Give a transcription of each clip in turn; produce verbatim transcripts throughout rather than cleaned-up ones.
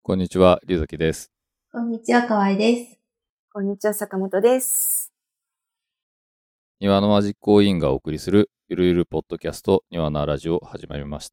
こんにちは、龍崎です。 こんにちは、河合です。 こんにちは、坂本です。 庭の間実行委員がお送りするゆるゆるポッドキャスト庭のラジオ始まりました。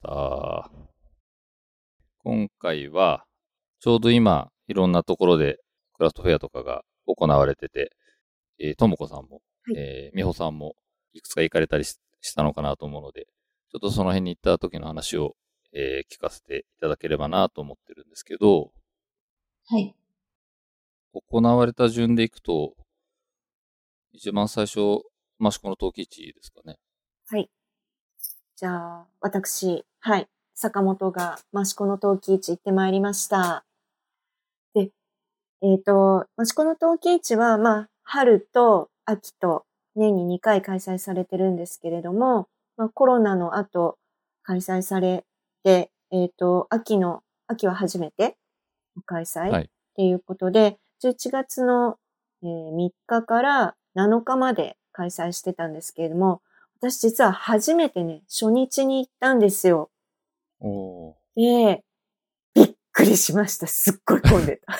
今回はちょうど今いろんなところでクラフトフェアとかが行われてて、えー、ともこさんも、はいえー、みほさんもいくつか行かれたり し, したのかなと思うので、ちょっとその辺に行った時の話を、えー、聞かせていただければなと思ってるんですけど、 はい。 行われた順でいくと、一番最初、益子の陶器市ですかね。 はい。じゃあ、私、はい。坂本が益子の陶器市行ってまいりました。で、えっと、益子の陶器市は、まあ、春と秋と年ににかい開催されてるんですけれども、まあ、コロナの後開催されて、えっと、秋の、秋は初めての開催っていうことで、はい、じゅういちがつの、えー、みっかからなのかまで開催してたんですけれども、私実は初めてね、初日に行ったんですよ。 おで、びっくりしました。すっごい混んでた。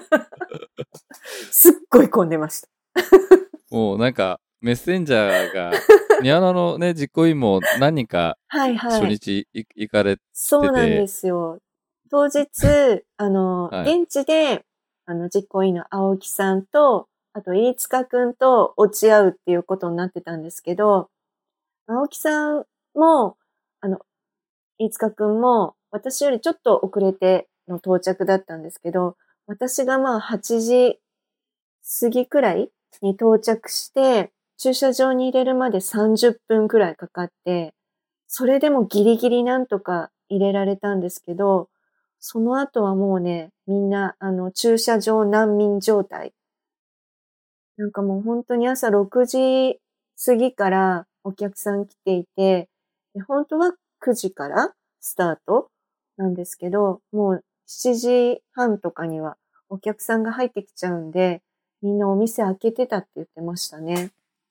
すっごい混んでました。 もうなんか、メッセンジャーが、庭野のね、実行委員も何人か、初日行かれてて、 そうなんですよ。当日、あの、はい、現地で、あの、実行委員の青木さんと、あと、飯塚くんと落ち合うっていうことになってたんですけど、青木さんも、あの、飯塚くんも、私よりちょっと遅れての到着だったんですけど、私がまあはちじ過ぎくらいに到着して、駐車場に入れるまでさんじゅっぷんくらいかかって、それでもギリギリなんとか入れられたんですけど、その後はもうね、みんな、あの、駐車場難民状態。なんかもう本当に朝ろくじ過ぎからお客さん来ていて、本当はくじからスタートなんですけど、もうしちじはんとかにはお客さんが入ってきちゃうんで、みんなお店開けてたって言ってましたね。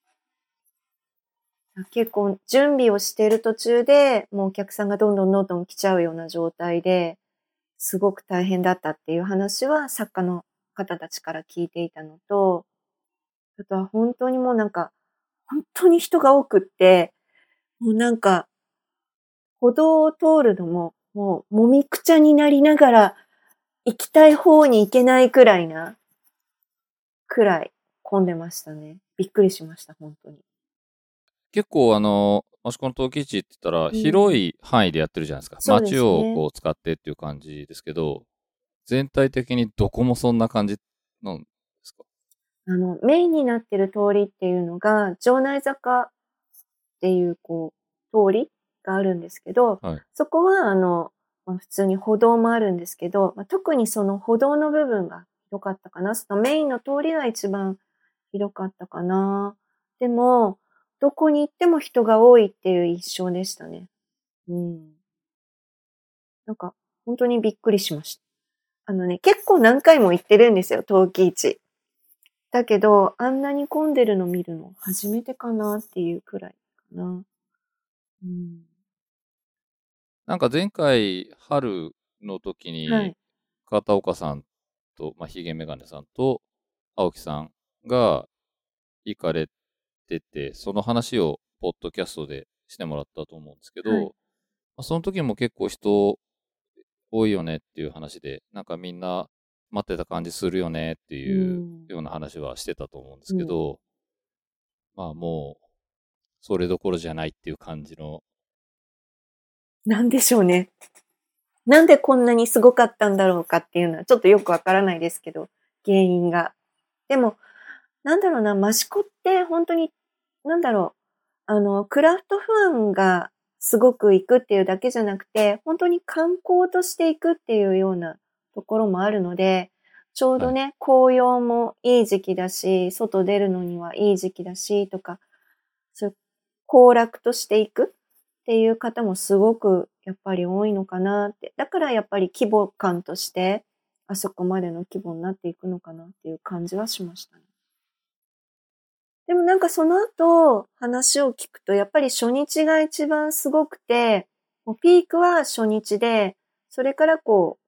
結構準備をしている途中で、もうお客さんがどんどんどんどん来ちゃうような状態で、すごく大変だったっていう話は作家の方たちから聞いていたのと、あとは本当にもうなんか、本当に人が多くって、もうなんか、歩道を通るのも、もうもみくちゃになりながら、行きたい方に行けないくらいな、くらい混んでましたね。びっくりしました、本当に。 結構あの、益子の陶器市って言ったら、広い範囲でやってるじゃないですか。うん、街ね、 をこう使ってっていう感じですけど、全体的にどこもそんな感じなんですか？ あの、メインになってる通りっていうのが、城内坂っていう、こう、通りがあるんですけど、はい、そこは、あの、まあ、普通に歩道もあるんですけど、まあ、特にその歩道の部分が広かったかな。そのメインの通りが一番広かったかな。でも、どこに行っても人が多いっていう印象でしたね。うん。なんか、本当にびっくりしました。あのね、結構何回も行ってるんですよ、陶器市。だけど、あんなに混んでるの見るの初めてかなっていうくらいかな。うん、 なんか前回、春の時に、はい、片岡さんと、まあ、ヒゲメガネさんと、青木さんが行かれてて、その話をポッドキャストでしてもらったと思うんですけど、はい、まあ、その時も結構人多いよねっていう話で、なんかみんな待ってた感じするよねっていうような話はしてたと思うんですけど、うん、まあもう、それどころじゃないっていう感じの。 なんでしょうね。なんでこんなにすごかったんだろうかっていうのはちょっとよくわからないですけど、原因が。でも、なんだろうな、益子って本当に、なんだろう、あの、クラフトファンがすごく行くっていうだけじゃなくて、本当に観光として行くっていうようなところもあるので、ちょうどね、はい、紅葉もいい時期だし、外出るのにはいい時期だし、とか、そういう行楽として行くっていう方もすごくやっぱり多いのかなって。だからやっぱり規模感として、あそこまでの規模になっていくのかなっていう感じはしましたね。でもなんかその後話を聞くと、やっぱり初日が一番すごくて、もうピークは初日で、それからこう、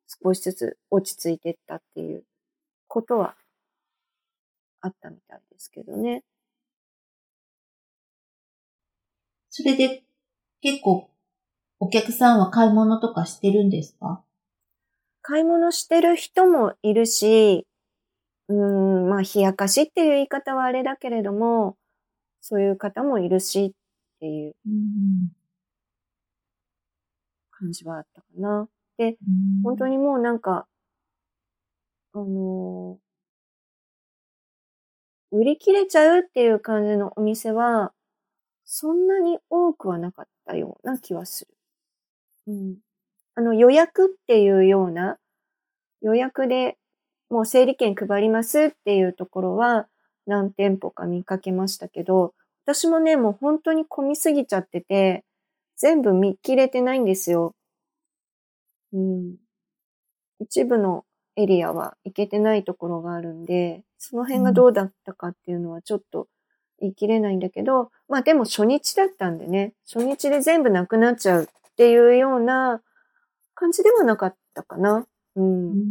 少しずつ落ち着いていったっていうことはあったみたいですけどね。 それで結構お客さんは買い物とかしてるんですか？ 買い物してる人もいるし、うーん、まあ、冷やかしっていう言い方はあれだけれども、そういう方もいるしっていう感じはあったかな。で、本当にもうなんか、あのー、売り切れちゃうっていう感じのお店は、そんなに多くはなかったような気はする。うん。あの、予約っていうような、予約でもう整理券配りますっていうところは何店舗か見かけましたけど、私もね、もう本当に混みすぎちゃってて、全部見切れてないんですよ。うん。一部のエリアは行けてないところがあるんで、その辺がどうだったかっていうのはちょっと言い切れないんだけど、まあでも初日だったんでね、初日で全部なくなっちゃうっていうような感じではなかったかな。うん。うん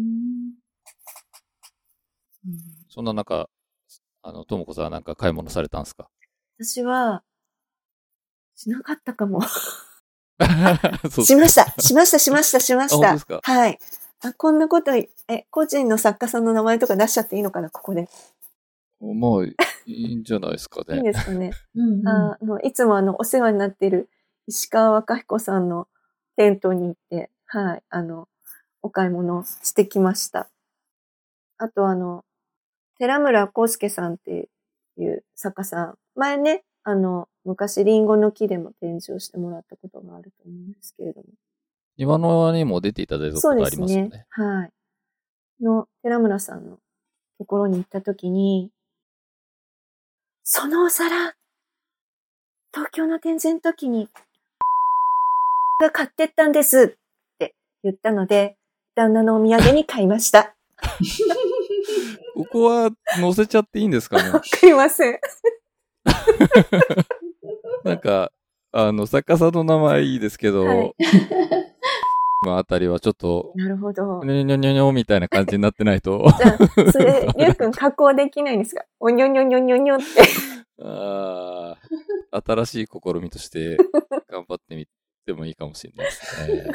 そんな中、あの、ともこさんはなんか買い物されたんですか？ 私は、しなかったかも。しました、しました、しました、しました。 ですか？ はい。あ、こんなこと、え、個人の作家さんの名前とか出しちゃっていいのかな、ここで。 まあ、いいんじゃないですかね。 いいんですかね。 うんうん、 あのいつもあの、お世話になっている石川若彦さんのテントに行って、はい、あの、お買い物してきました。あとあの、寺村康介さんっていう作家さん。前ね、あの、昔リンゴの木でも展示をしてもらったことがあると思うんですけれども。 今の輪にも出ていただいたことありますよね。そうですね。 はい。の、寺村さんのところに行ったときに、そのお皿、東京の展示の時に、が買ってったんですって言ったので、旦那のお土産に買いました。 ここは載せちゃっていいんですかね？ わかりません。 なんか、あの、作家さんの名前いいですけど、はい、のあたりはちょっと、 なるほど。 にょにょにょにょみたいな感じになってないと。 じゃあ、それ、りゅうくん加工できないんですか？おにょにょにょにょにょって。 ああ、新しい試みとして頑張ってみてもいいかもしれないですね。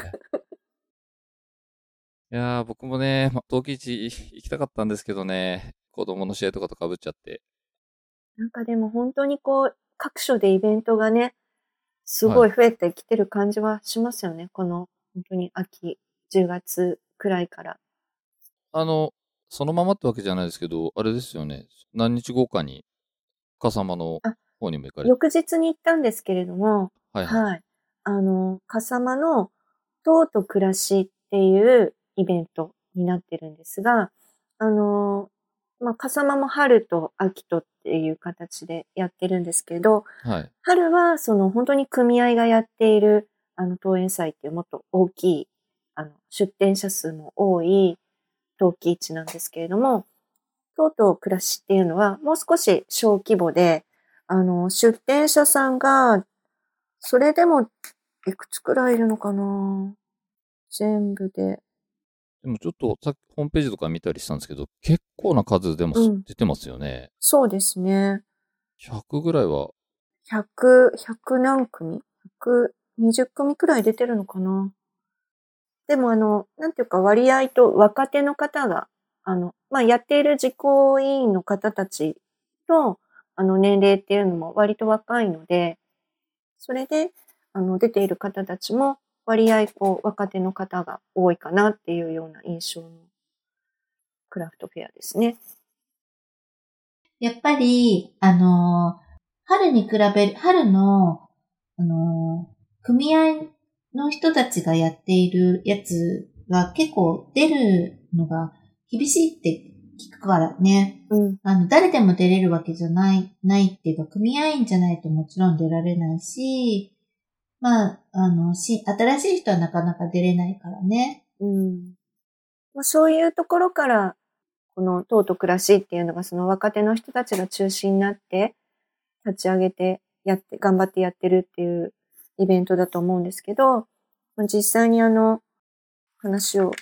いやー、僕もね、ま、陶器市行きたかったんですけどね、子供の試合とかと被っちゃって。 なんかでも本当にこう、各所でイベントがね、すごい増えてきてる感じはしますよね。はい、この、本当に秋、じゅうがつくらいから。 あの、そのままってわけじゃないですけど、あれですよね。何日後かに、笠間の方にも行かれて。 翌日に行ったんですけれども、はい、はい、はい。あの、笠間の陶と暮らしっていうイベントになってるんですが、あの、まあ、笠間も春と秋とっていう形でやってるんですけど、はい、春はその本当に組合がやっているあの陶園祭っていうもっと大きい、あの、出店者数も多い陶器市なんですけれども、陶と暮らしっていうのはもう少し小規模で、あの、出店者さんが、それでもいくつくらいいるのかな？全部で。 でもちょっとさっきホームページとか見たりしたんですけど、結構な数でも、うん、出てますよね。 そうですね。 ひゃくぐらいは。 ひゃく、ひゃく何組 ?ひゃくにじゅう 組くらい出てるのかな。でもあの、なんていうか割合と若手の方が、あの、まあ、やっている実行委員の方たちと、あの、年齢っていうのも割と若いので、それで、あの、出ている方たちも割合、こう、若手の方が多いかなっていうような印象のクラフトフェアですね。 やっぱり、あの、春に比べる、春の、あの、組合の人たちがやっているやつは結構出るのが厳しいって聞くからね。うん。あの、誰でも出れるわけじゃない、ないっていうか、組合員じゃないともちろん出られないし、まあ、あの、し、新しい人はなかなか出れないからね。 うん。そういうところから、この陶と暮らしっていうのがその若手の人たちが中心になって立ち上げてやって、頑張ってやってるっていうイベントだと思うんですけど、実際にあの話を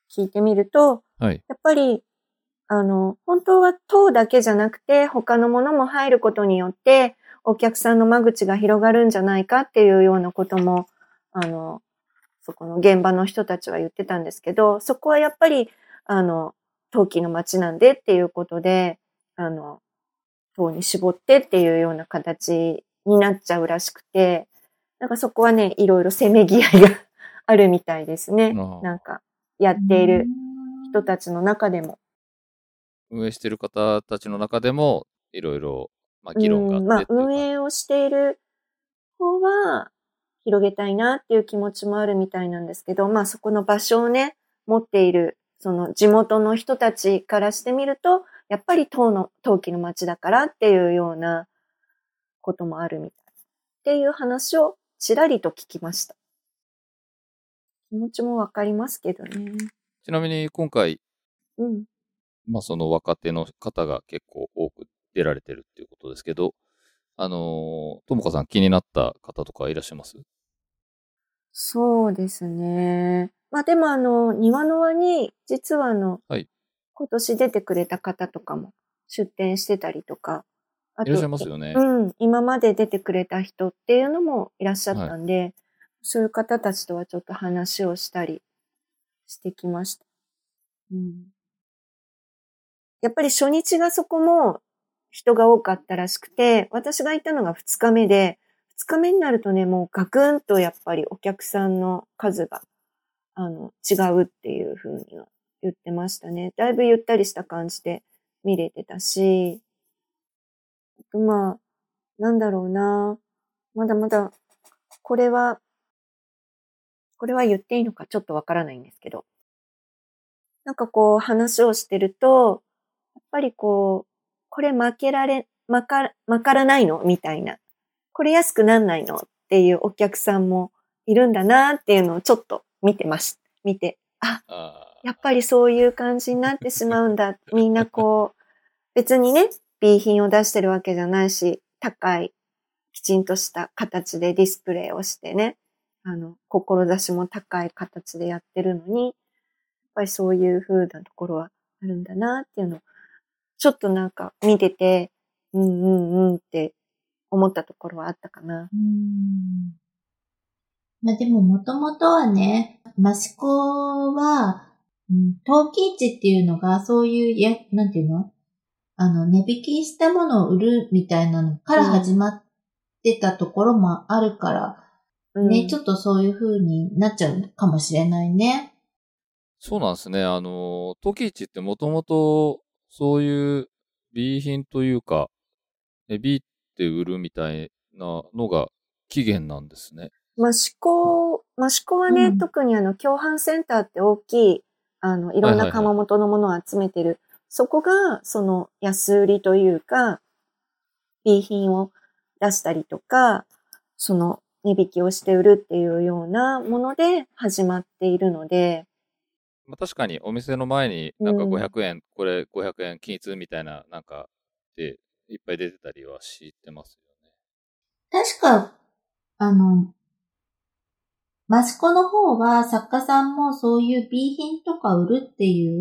聞いてみると、 はい、 やっぱり、あの、本当は塔だけじゃなくて、他のものも入ることによって、お客さんの間口が広がるんじゃないかっていうようなことも、あの、そこの現場の人たちは言ってたんですけど、そこはやっぱり、あの、陶器の街なんでっていうことで、あの、塔に絞ってっていうような形になっちゃうらしくて、なんかそこはね、いろいろせめぎ合いがあるみたいですね。なんか、やっている人たちの中でも。 運営している方たちの中でも、いろいろ、まあ、議論があってまあ、 っていうか。 運営をしている方は、広げたいなっていう気持ちもあるみたいなんですけど、まあそこの場所をね、持っている、その地元の人たちからしてみると、やっぱり陶の、陶器の街だからっていうようなこともあるみたい。っていう話をちらりと聞きました。気持ちもわかりますけどね。 ちなみに今回、 うん。 まあその若手の方が結構多く出られてるっていうことですけど、あのー、ともかさん気になった方とかいらっしゃいます？ そうですね。まあでもあの、庭の輪に、実はあの、 はい。 今年出てくれた方とかも出展してたりとか、あと、 いらっしゃいますよね。 うん、今まで出てくれた人っていうのもいらっしゃったんで、はい、そういう方たちとはちょっと話をしたりしてきました。うん、やっぱり初日がそこも人が多かったらしくて、私が行ったのがふつかめで、ふつかめになるとね、もうガクンとやっぱりお客さんの数が、あの、違うっていう風には言ってましたね。だいぶゆったりした感じで見れてたし、まあ、なんだろうな。まだまだ、これは、これは言っていいのかちょっとわからないんですけど。なんかこう話をしてると、やっぱりこう、これ負けられ、まか、まからないのみたいな。これ安くなんないのっていうお客さんもいるんだなっていうのをちょっと見てまし、見て、あ、やっぱりそういう感じになってしまうんだ。みんなこう、別にね、B 品を出してるわけじゃないし、高い、きちんとした形でディスプレイをしてね、あの、志も高い形でやってるのに、やっぱりそういう風なところはあるんだなっていうのを、ちょっとなんか見てて、うんうんうんって思ったところはあったかな。 うん。まあでももともとはね、益子は、うん、陶器市っていうのがそういう、や、なんていうのあの、値引きしたものを売るみたいなのから始まってたところもあるから、うん、ね、ちょっとそういう風になっちゃうかもしれないね。 そうなんですね。あの、陶器市ってもともとそういう B 品というか、B って売るみたいなのが起源なんですね。 益子、益子はね、うん、特にあの、共販センターって大きい、あの、いろんな窯元のものを集めてる。はいはいはい、そこが、その、安売りというか、B 品を出したりとか、その、値引きをして売るっていうようなもので始まっているので。 まあ、確かにお店の前になんかごひゃくえん、うん、これごひゃくえん均一みたいな、なんか、で、いっぱい出てたりはしてますよね。 確か、あの、益子の方は作家さんもそういう B 品とか売るっていう、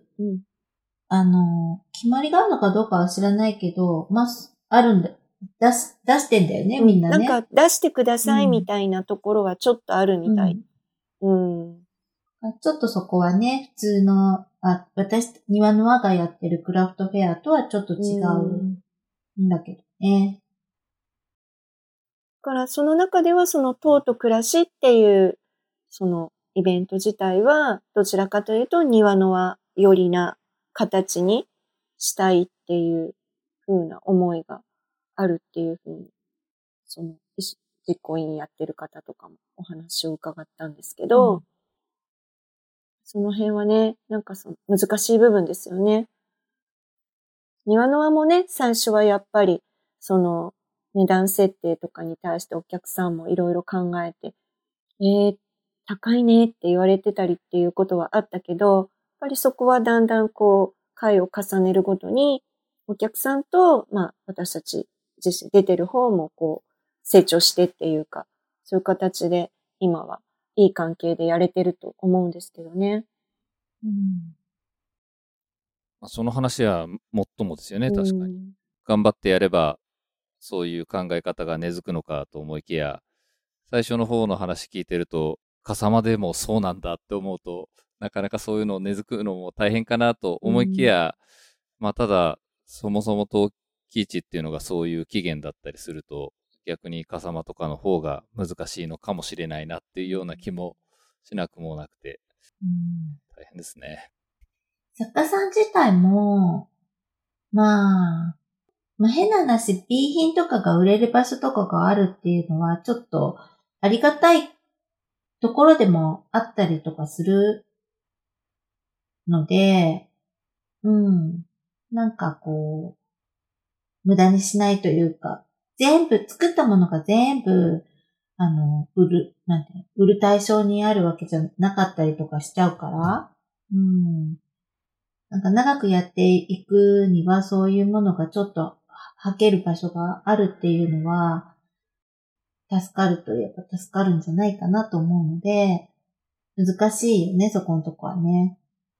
うん、あの、決まりがあるのかどうかは知らないけど、まあ、あるんだ。出す、出してんだよね、みんなね。 なんか出してくださいみたいなところはちょっとあるみたい。うん。うん、 ちょっとそこはね、普通の、あ、私、庭の輪がやってるクラフトフェアとはちょっと違うんだけどね。 だからその中ではその陶と暮らしっていうそのイベント自体はどちらかというと庭の輪よりな形にしたいっていう風な思いがあるっていう風にその実行委員やってる方とかもお話を伺ったんですけど、うん、その辺はね、なんかその難しい部分ですよね。庭の輪もね、最初はやっぱりその値段設定とかに対してお客さんもいろいろ考えて、えー、高いねって言われてたりっていうことはあったけど、やっぱりそこはだんだんこう、回を重ねるごとに、お客さんと、まあ、私たち自身出てる方もこう、成長してっていうか、そういう形で今はいい関係でやれてると思うんですけどね。 うんまあ、その話はもっともですよね、確かに。 うん、 頑張ってやれば、そういう考え方が根付くのかと思いきや、最初の方の話聞いてると、笠間でもそうなんだって思うと、なかなかそういうのを根付くのも大変かなと思いきや、うん、まあただ、そもそも陶器市っていうのがそういう起源だったりすると、逆に笠間とかの方が難しいのかもしれないなっていうような気もしなくもなくて、 うん、 大変ですね。 作家さん自体も、まあ、まあ、変な話、B 品とかが売れる場所とかがあるっていうのは、ちょっとありがたいところでもあったりとかするので、うん。なんかこう、無駄にしないというか、全部、作ったものが全部、あの、売る、なんて、売る対象にあるわけじゃなかったりとかしちゃうから、うん。なんか長くやっていくには、そういうものがちょっと履ける場所があるっていうのは、助かるといえば助かるんじゃないかなと思うので、難しいよね、そこのとこはね。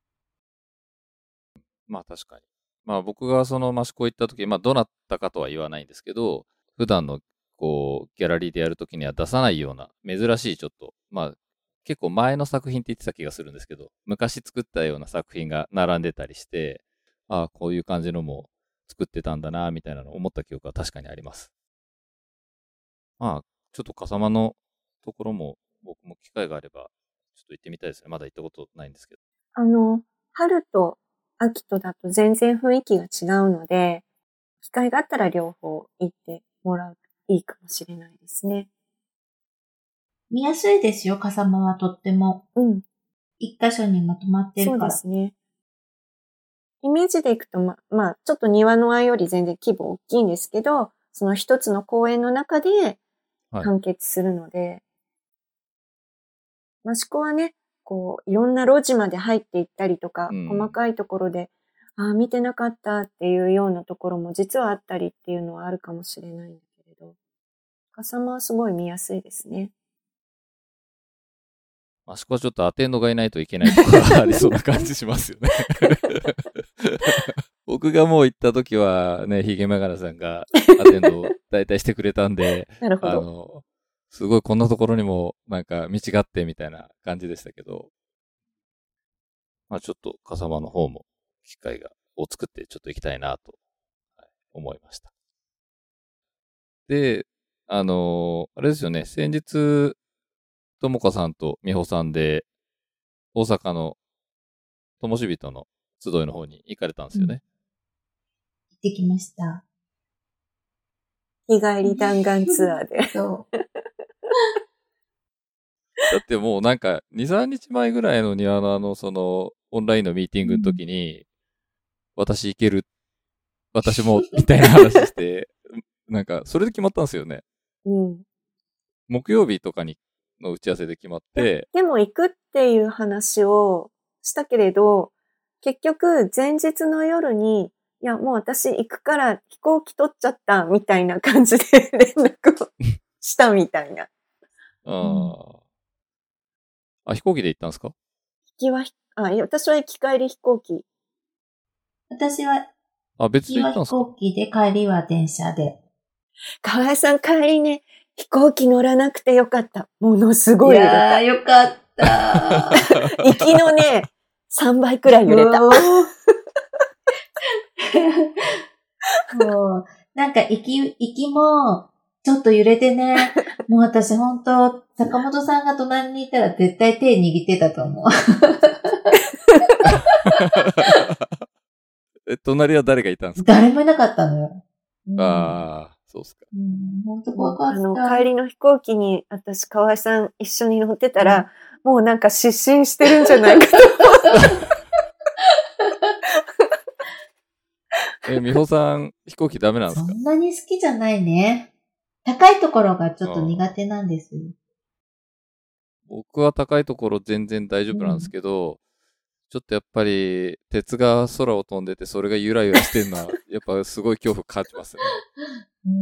まあ確かに。まあ僕がその益子行った時、まあどなたかとは言わないんですけど、普段のこうギャラリーでやる時には出さないような珍しいちょっと、まあ結構前の作品って言ってた気がするんですけど、昔作ったような作品が並んでたりして、ああ、こういう感じのも作ってたんだな、みたいなのを思った記憶は確かにあります。まあ、ちょっと笠間のところも僕も機会があれば、ちょっと行ってみたいですね。まだ行ったことないんですけど。 あの、春と秋とだと全然雰囲気が違うので、機会があったら両方行ってもらうといいかもしれないですね。 見やすいですよ、笠間はとっても。 うん。 一箇所にまとまってるから。 そうですね。イメージでいくと、ま、まあ、ちょっと庭の輪より全然規模大きいんですけど、その一つの公園の中で完結するので、はい、益子はね、こう、いろんな路地まで入っていったりとか、うん、細かいところで、ああ、見てなかったっていうようなところも実はあったりっていうのはあるかもしれないんだけれど、笠間はすごい見やすいですね。 あそこはちょっとアテンドがいないといけないところがありそうな感じしますよね。僕がもう行った時はね、ヒゲメガネさんがアテンドを大体してくれたんで、 なるほど。 あの、すごいこんなところにもなんか道があってみたいな感じでしたけど、まあちょっと笠間の方も機会がを作ってちょっと行きたいなと、はい、思いました。で、あのー、あれですよね、先日、ともかさんとみほさんで、大阪のともしびとの集いの方に行かれたんですよね。 うん、行ってきました。 日帰り弾丸ツアーで。 そう。 だってもうなんか、に、さんにちまえぐらいの庭のあの、その、オンラインのミーティングの時に、うん、私行ける、私も、みたいな話して、なんか、それで決まったんですよね。 うん。 木曜日とかに、の打ち合わせで決まって。 でも行くっていう話をしたけれど、結局、前日の夜に、いや、もう私行くから飛行機取っちゃった、みたいな感じで連絡をしたみたいな。 ああ。あ、飛行機で行ったんですか？ 行きは、あ、いや、私は行き帰り飛行機。 私は、 あ、別で行ったんですか？ 飛行機で帰りは電車で。 河合さん帰りね、飛行機乗らなくてよかった。ものすごい揺れた。 いやー、よかった。 行きのね、さんばいくらい揺れた。 もう、なんか行き、行きも、ちょっと揺れてね、もう私本当坂本さんが隣にいたら絶対手握ってたと思う。 え、隣は誰がいたんですか？ 誰もいなかったのよ。 うん、ああ、そうっすか。 うん、本当怖かった。 あの、帰りの飛行機に私、河合さん一緒に乗ってたら、うん、もうなんか失神してるんじゃないかと思え、美穂さん、飛行機ダメなんですか？ そんなに好きじゃないね。高いところがちょっと苦手なんです。 僕は高いところ全然大丈夫なんですけど、うん、ちょっとやっぱり、鉄が空を飛んでて、それがゆらゆらしてるのは、やっぱすごい恐怖感じますね。 うん。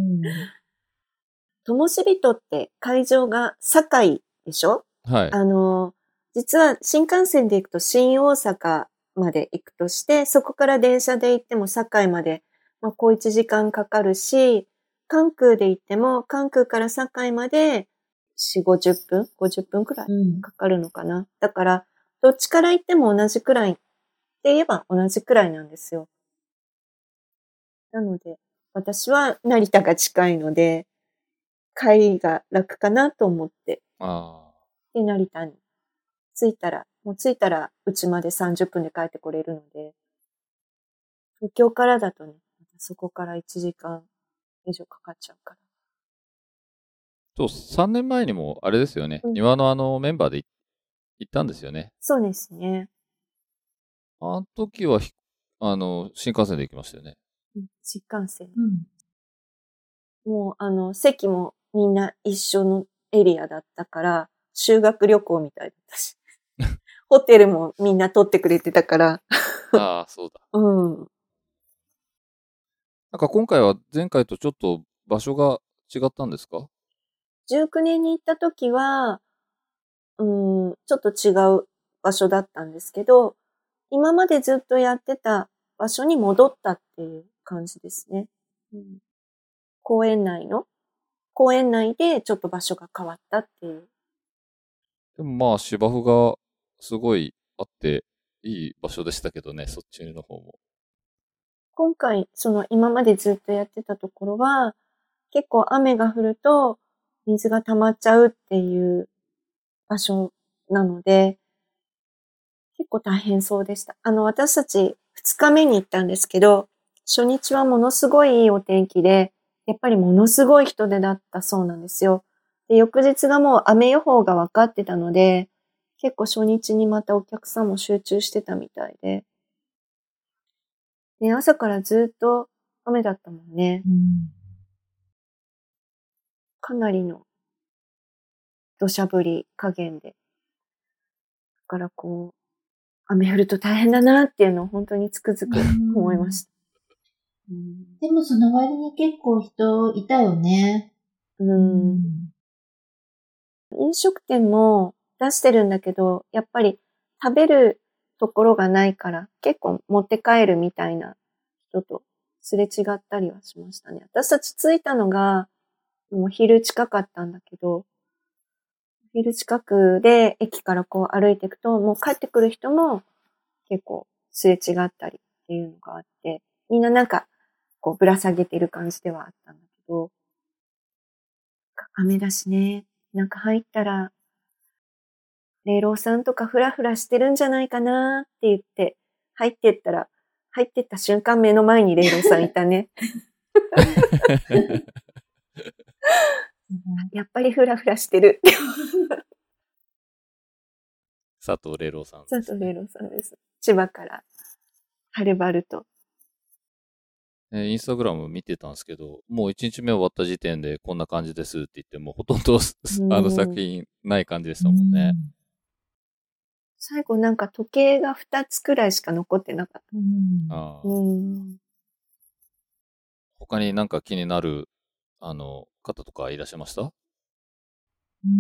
ともしびとって会場が堺でしょ？ はい。 あの、 実は新幹線で行くと新大阪まで行くとして、そこから電車で行っても堺まで、まあ、こういちじかんかかるし、関空で行っても関空から堺までよんじゅう、ごじゅっぷん ?ごじゅっ 分くらいかかるのかな。うん、だから、どっちから行っても同じくらいって言えば同じくらいなんですよ。なので、私は成田が近いので、帰りが楽かなと思って。 あで、成田に着いたら、もう着いたらうちまでさんじゅっぷんで帰ってこれるので、東京からだとね、そこからいちじかん以上かかっちゃうから。 そう、さんねんまえにもあれですよね。うん、庭のあのメンバーで行ったんですよね。 そうですね。 あの時は、あの、新幹線で行きましたよね。 うん、新幹線。うん、もう、あの、席もみんな一緒のエリアだったから、修学旅行みたいだったし。ホテルもみんな取ってくれてたから。 ああ、そうだ。 うん。 なんか今回は前回とちょっと場所が違ったんですか？ じゅうきゅうねんに行った時は、うん、ちょっと違う場所だったんですけど、今までずっとやってた場所に戻ったっていう感じですね。うん、公園内の、公園内でちょっと場所が変わったっていう。 でもまあ芝生がすごいあっていい場所でしたけどね、そっちの方も。 今回、その今までずっとやってたところは、結構雨が降ると水が溜まっちゃうっていう場所なので、結構大変そうでした。あの、私たちふつかめに行ったんですけど、初日はものすごいいいお天気で、やっぱりものすごい人出だったそうなんですよ。で、翌日がもう雨予報が分かってたので、結構初日にまたお客さんも集中してたみたいで。で、朝からずっと雨だったもんね。うん、かなりの土砂降り加減で。だからこう、雨降ると大変だなっていうのを本当につくづく思いました。 うん、でもその割に結構人いたよね。 うん。うん、飲食店も出してるんだけど、やっぱり食べるところがないから結構持って帰るみたいな人とすれ違ったりはしましたね。私たち着いたのがもう昼近かったんだけど、昼近くで駅からこう歩いていくと、もう帰ってくる人も結構すれ違ったりっていうのがあって、みんななんかこうぶら下げてる感じではあったんだけど、雨だしね、なんか入ったら、霊老さんとかフラフラしてるんじゃないかなって言って、入ってったら、入ってった瞬間目の前に霊老さんいたね。やっぱりフラフラしてる。 佐藤霊老さん、ね。 佐藤霊老さんです。千葉からはるばると。 えー、インスタグラム見てたんですけど、もういちにちめ終わった時点でこんな感じですって言っても、ほとんどあの作品ない感じでしたもんね。ん最後なんか時計がふたつくらいしか残ってなかった。うんあうん、他になんか気になるあの方とかいらっしゃいました？うー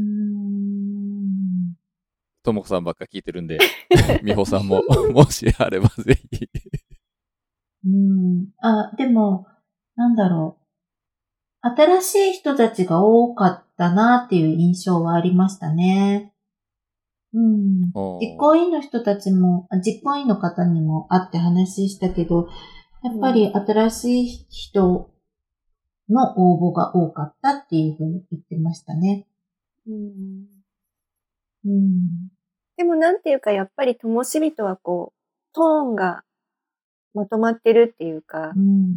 ん。ともこさんばっか聞いてるんで、みほさんももしあればぜひ。 うん。あ、でも、なんだろう。新しい人たちが多かったなっていう印象はありましたね。うん。実行委員の人たちも、実行委員の方にも会って話したけど、やっぱり新しい人の応募が多かったっていうふうに言ってましたね。うん。 うん、でもなんていうか、やっぱりともしびとはこう、トーンがまとまってるっていうか、うん、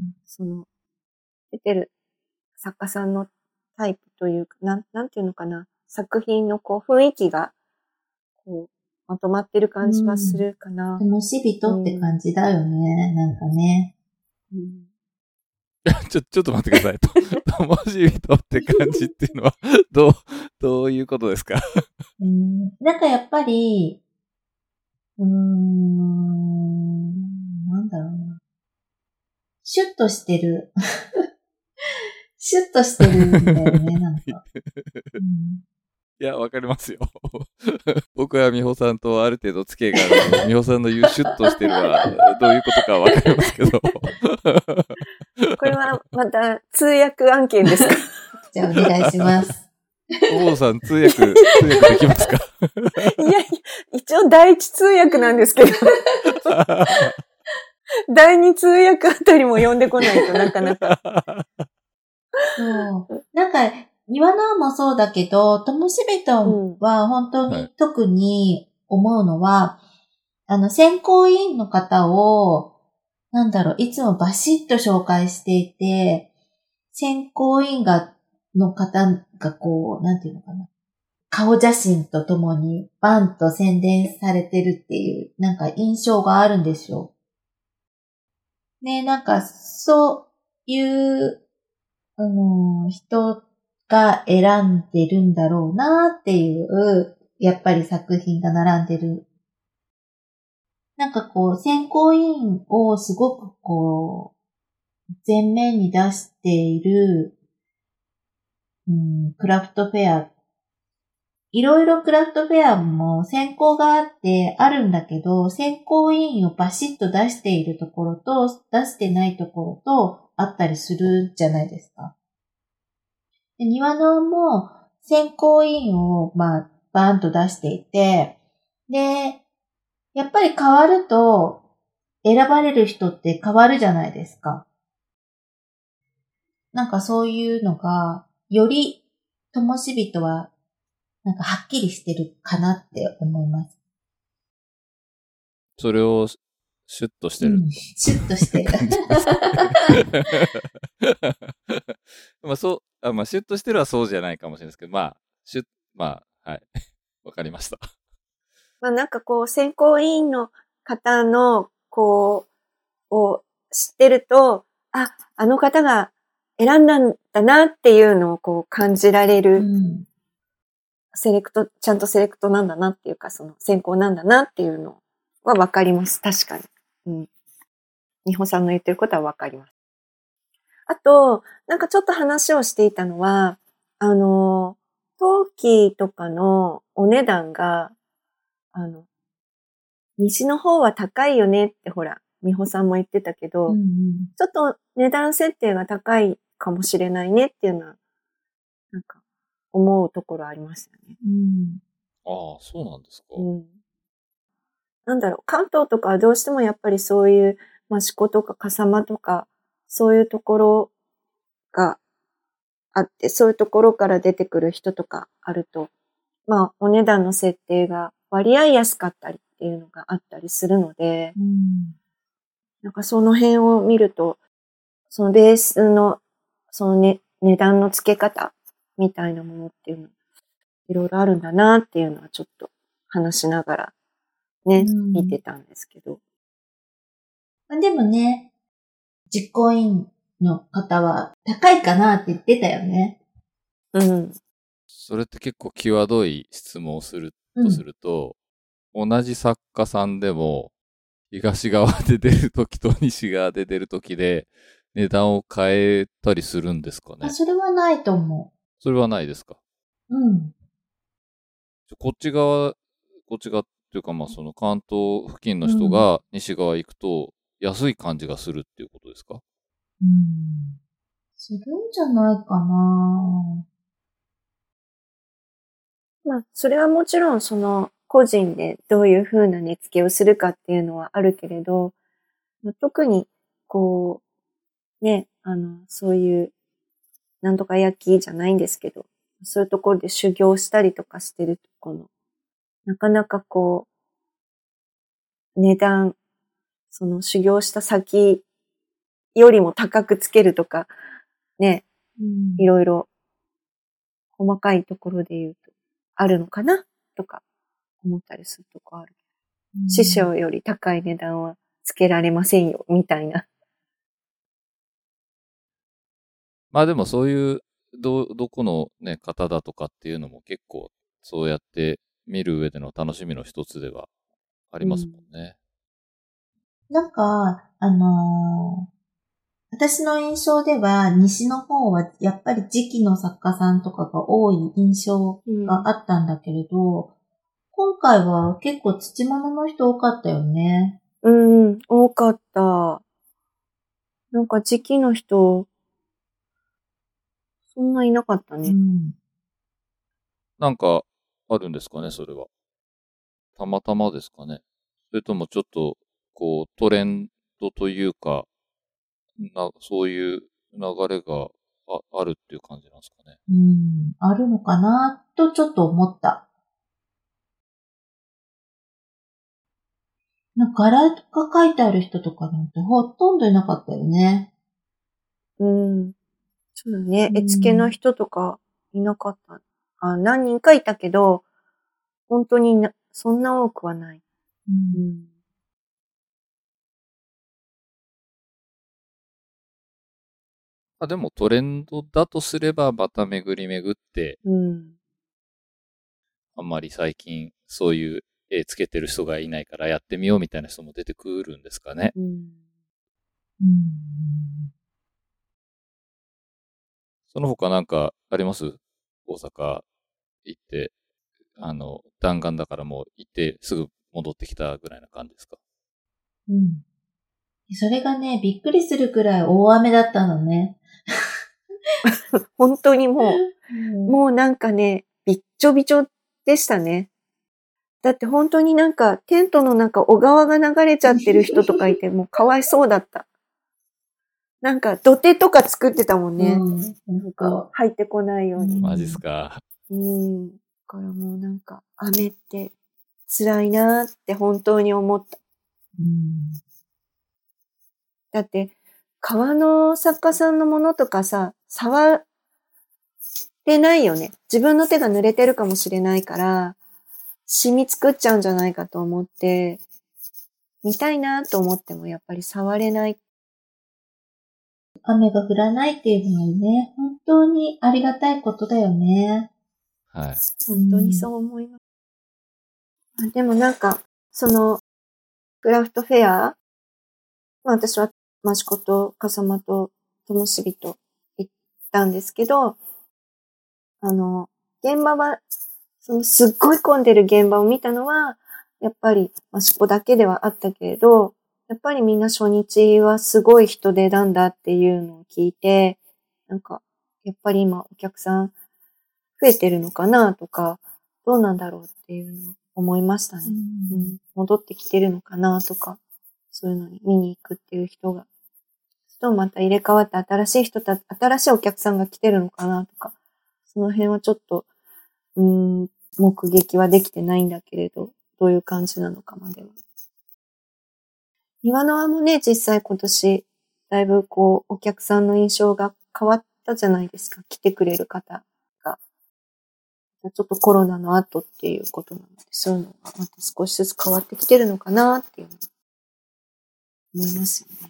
その、出てる作家さんのタイプというか、なん、なんていうのかな、作品のこう、雰囲気が、こう、まとまってる感じはするかな。 ともしびとって感じだよね、うん、なんかね。 うん、ちょ、ちょっと待ってください。と、ともしびとって感じっていうのは、どう、どういうことですか？ うん、なんかやっぱり、うーん、なんだろうな。シュッとしてる。シュッとしてるんだよね、なんか。うんいや、わかりますよ。僕は美穂さんとある程度付き合いがあるので、美穂さんの言うシュッとしてるは、どういうことかはわかりますけど。 これはまた通訳案件ですか？ じゃあお願いします。 お坊さん、通訳、通訳できますか？ いやいや、一応第一通訳なんですけど。第二通訳あたりも呼んでこないとなかなか。 そう。なんか、庭のもそうだけど、ともしびとは本当に特に思うのは、うん、あの、選考委員の方を、なんだろう、いつもバシッと紹介していて、選考委員が、の方がこう、なんていうのかな。顔写真とともにバンと宣伝されてるっていう、なんか印象があるんですよ。ね、なんか、そういう、あの、人が選んでるんだろうなっていう、やっぱり作品が並んでる。なんかこう、選考委員をすごくこう、前面に出している、うん、クラフトフェア。いろいろクラフトフェアも選考があってあるんだけど、選考委員をバシッと出しているところと出してないところとあったりするじゃないですか。で庭野も選考委員をまあバーンと出していて、で、やっぱり変わると選ばれる人って変わるじゃないですか。なんかそういうのがよりともしびとはなんかはっきりしてるかなって思います。 それをシュッとしてる、 うん、シュッとしてる。 まあそうあ、まあシュッとしてるはそうじゃないかもしれないですけど、まあシュッまあはいわかりました。 まあなんかこう選考委員の方のこうを知ってると、あ、あの方が選んだんだなっていうのをこう感じられる。うんセレクト、ちゃんとセレクトなんだなっていうか、その選考なんだなっていうのはわかります。確かに。うん。美穂さんの言ってることはわかります。あと、なんかちょっと話をしていたのは、あの、陶器とかのお値段が、あの、西の方は高いよねってほら、美穂さんも言ってたけど、うんうん、ちょっと値段設定が高いかもしれないねっていうのは、なんか、思うところありましたね。うん、 ああ、そうなんですか。 うん、なんだろう、関東とかはどうしてもやっぱりそういう益子とか笠間とか、そういうところがあって、そういうところから出てくる人とかあると、まあ、お値段の設定が割合安かったりっていうのがあったりするので、うん、なんかその辺を見ると、そのベースの、そのね、値段の付け方みたいなものっていうの、いろいろあるんだなっていうのはちょっと話しながらね、うん、見てたんですけど。 でもね、実行委員の方は高いかなって言ってたよね。 うん。 それって結構際どい質問をするとすると、うん、同じ作家さんでも、東側で出るときと西側で出るときで値段を変えたりするんですかね。 あ、それはないと思う。 それはないですか。 うん。 こっち側、こっち側っていうかまあその関東付近の人が西側行くと安い感じがするっていうことですか。 うん。するんじゃないかな。 まあ、それはもちろんその個人でどういう風な値付けをするかっていうのはあるけれど、特にこう、ね、あの、そういうなんとか焼きじゃないんですけど、そういうところで修行したりとかしてるとこの、なかなかこう、値段、その修行した先よりも高くつけるとか、ね、うん、いろいろ細かいところで言うと、あるのかなとか思ったりするとこある。うん、師匠より高い値段はつけられませんよ、みたいな。 まあでもそういう、ど、どこのね、方だとかっていうのも結構そうやって見る上での楽しみの一つではありますもんね。 うん、なんか、あのー、 私の印象では、西の方はやっぱり時期の作家さんとかが多い印象があったんだけれど、うん、今回は結構土物の人多かったよね。 うん、多かった。なんか時期の人、そんないなかったね。うん、 なんかあるんですかね、それは。たまたまですかね。それともちょっと、こう、トレンドというか、なそういう流れが あ, あるっていう感じなんですかね。 うん、あるのかなとちょっと思った。なんか柄が書いてある人とかなんてほとんどいなかったよね。 うん。そうだね。絵付けの人とかいなかった。あ、何人かいたけど、本当になそんな多くはない。うん、 あでもトレンドだとすればまた巡り巡って、うん、あんまり最近そういう絵つけてる人がいないからやってみようみたいな人も出てくるんですかね。うんうん、その他なんかあります？大阪行って、あの、弾丸だからもう行ってすぐ戻ってきたぐらいな感じですか？ うん。それがね、びっくりするくらい大雨だったのね。 本当にもう、うん、もうなんかね、びっちょびちょでしたね。だって本当になんかテントの中小川が流れちゃってる人とかいてもうかわいそうだった。なんか土手とか作ってたもんね。うん、なんか入ってこないように。 マジっすか。 うん。だからもうなんか雨って辛いなーって本当に思った。うん、だって川の作家さんのものとかさ、触れないよね。自分の手が濡れてるかもしれないから、染み作っちゃうんじゃないかと思って、見たいなと思ってもやっぱり触れない。 雨が降らないっていうのはね、本当にありがたいことだよね。 はい。 本当にそう思います。うん、でもなんか、その、クラフトフェア、まあ私はマシコと笠間とともしびと行ったんですけど、あの、現場は、そのすっごい混んでる現場を見たのは、やっぱりマシコだけではあったけれど、やっぱりみんな初日はすごい人出なんだっていうのを聞いて、なんか、やっぱり今お客さん増えてるのかなとか、どうなんだろうっていうのを思いましたね。うんうん、戻ってきてるのかなとか、そういうのに見に行くっていう人が。とまた入れ替わって新しい人た、新しいお客さんが来てるのかなとか、その辺はちょっと、うーん、目撃はできてないんだけれど、どういう感じなのかまでは。庭の輪もね、実際今年、だいぶこう、お客さんの印象が変わったじゃないですか。来てくれる方が。ちょっとコロナの後っていうことなので、そういうのがまた少しずつ変わってきてるのかなっていう思いますよね。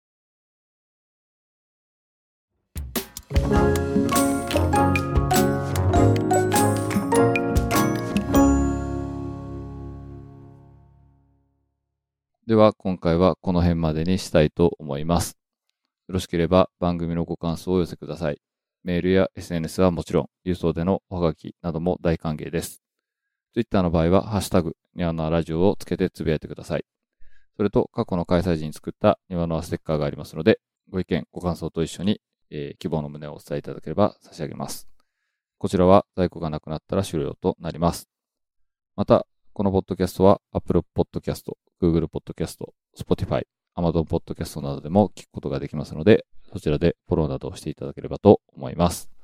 では今回はこの辺までにしたいと思います。よろしければ番組のご感想をお寄せください。メールや エスエヌエス はもちろん、郵送でのおはがきなども大歓迎です。Twitter の場合は、ハッシュタグ、ニワノアラジオをつけてつぶやいてください。それと、過去の開催時に作ったニワノアステッカーがありますので、ご意見、ご感想と一緒に、えー、希望の旨をお伝えいただければ差し上げます。こちらは在庫がなくなったら終了となります。また、このポッドキャストは Apple Podcast、Google Podcast、Spotify、Amazon Podcast などでも聞くことができますので、そちらでフォローなどをしていただければと思います。